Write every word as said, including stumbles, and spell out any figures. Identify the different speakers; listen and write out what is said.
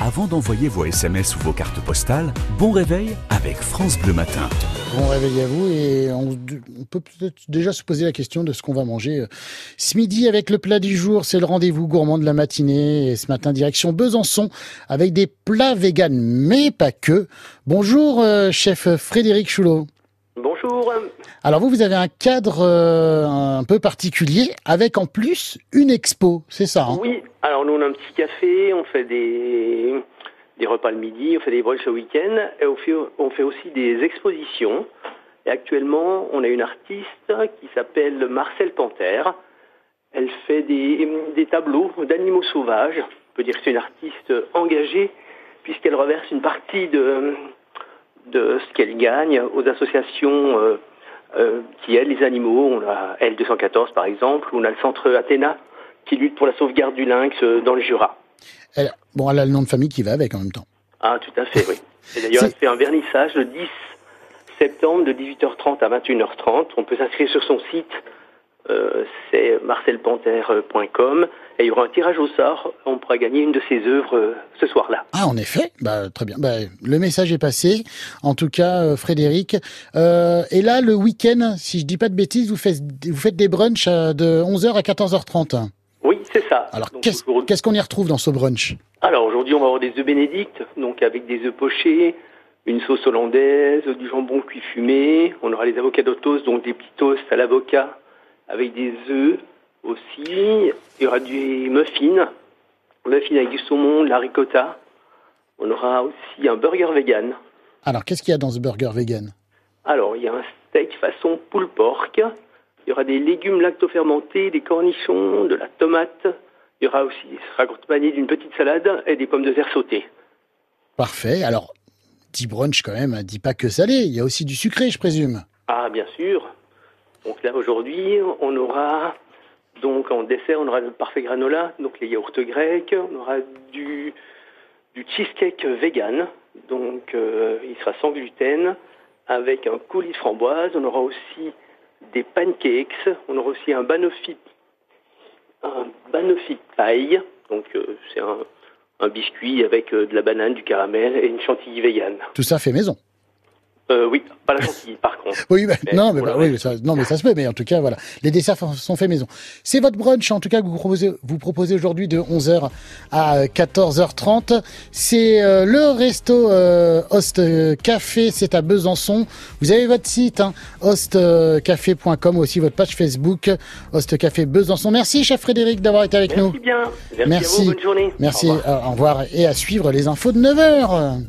Speaker 1: Avant d'envoyer vos S M S ou vos cartes postales, bon réveil avec France Bleu Matin.
Speaker 2: Bon réveil à vous et on, on peut peut-être déjà se poser la question de ce qu'on va manger ce midi avec le plat du jour. C'est le rendez-vous gourmand de la matinée et ce matin direction Besançon avec des plats véganes, mais pas que. Bonjour euh, chef Frédéric Choulot.
Speaker 3: Bonjour.
Speaker 2: Alors vous, vous avez un cadre euh, un peu particulier avec en plus une expo, c'est ça hein?
Speaker 3: Oui, alors nous on a un petit café, on fait des, des repas le midi, on fait des brunchs le week-end et on fait, on fait aussi des expositions. Et actuellement, on a une artiste qui s'appelle Marcel Panthère. Elle fait des, des tableaux d'animaux sauvages. On peut dire que c'est une artiste engagée puisqu'elle reverse une partie de... de ce qu'elle gagne aux associations euh, euh, qui aident les animaux. On a L deux cent quatorze par exemple, ou on a le centre Athéna qui lutte pour la sauvegarde du lynx euh, dans le Jura.
Speaker 2: Elle, bon, elle a le nom de famille qui va avec en même temps.
Speaker 3: Ah, tout à fait, oui. Et d'ailleurs, elle fait un vernissage le dix septembre de dix-huit heures trente à vingt et une heures trente. On peut s'inscrire sur son site, euh, c'est marcel panthère point com. Et il y aura un tirage au sort, on pourra gagner une de ses œuvres euh, ce soir-là.
Speaker 2: Ah, en effet, bah, très bien. Bah, le message est passé, en tout cas, euh, Frédéric. Euh, et là, le week-end, si je dis pas de bêtises, vous faites, vous faites des brunchs de onze heures à quatorze heures trente.
Speaker 3: Oui, c'est ça.
Speaker 2: Alors,
Speaker 3: donc,
Speaker 2: qu'est-ce,
Speaker 3: aujourd'hui...
Speaker 2: qu'est-ce qu'on y retrouve dans ce brunch?
Speaker 3: Alors, aujourd'hui, on va avoir des œufs bénédicts, donc avec des œufs pochés, une sauce hollandaise, du jambon cuit fumé. On aura les avocados toast, donc des petits toasts à l'avocat avec des œufs. Aussi, il y aura des muffins, muffins avec du saumon, de la ricotta. On aura aussi un burger vegan.
Speaker 2: Alors, qu'est-ce qu'il y a dans ce burger vegan?
Speaker 3: Alors, il y a un steak façon pulled pork. Il y aura des légumes lactofermentés, des cornichons, de la tomate. Il y aura aussi, il sera accompagné d'une petite salade et des pommes de terre sautées.
Speaker 2: Parfait. Alors, dit brunch quand même, dit pas que salé. Il y a aussi du sucré, je présume.
Speaker 3: Ah, bien sûr. Donc là, aujourd'hui, on aura... Donc en dessert, on aura le parfait granola, donc les yaourts grecs, on aura du, du cheesecake vegan, donc euh, il sera sans gluten, avec un coulis de framboise, on aura aussi des pancakes, on aura aussi un banoffee, un banoffee pie, donc euh, c'est un, un biscuit avec euh, de la banane, du caramel et une chantilly vegan.
Speaker 2: Tout ça fait maison.
Speaker 3: Euh, oui, pas la chantilly par contre.
Speaker 2: Oui, bah,
Speaker 3: mais
Speaker 2: non, mais,
Speaker 3: voilà,
Speaker 2: bah, oui, ça, non, mais ça se peut. Mais en tout cas, voilà, les desserts sont faits maison. C'est votre brunch, en tout cas, que vous proposez, vous proposez aujourd'hui de onze heures à quatorze heures trente. C'est euh, le resto euh, Host Café, c'est à Besançon. Vous avez votre site, hein, host café point com, aussi votre page Facebook, Host Café Besançon. Merci, chef Frédéric, d'avoir été avec
Speaker 3: Merci
Speaker 2: nous.
Speaker 3: bien. Merci,
Speaker 2: Merci
Speaker 3: à vous, bonne journée.
Speaker 2: Merci,
Speaker 3: Au revoir.
Speaker 2: au revoir. Et à suivre les infos de neuf heures.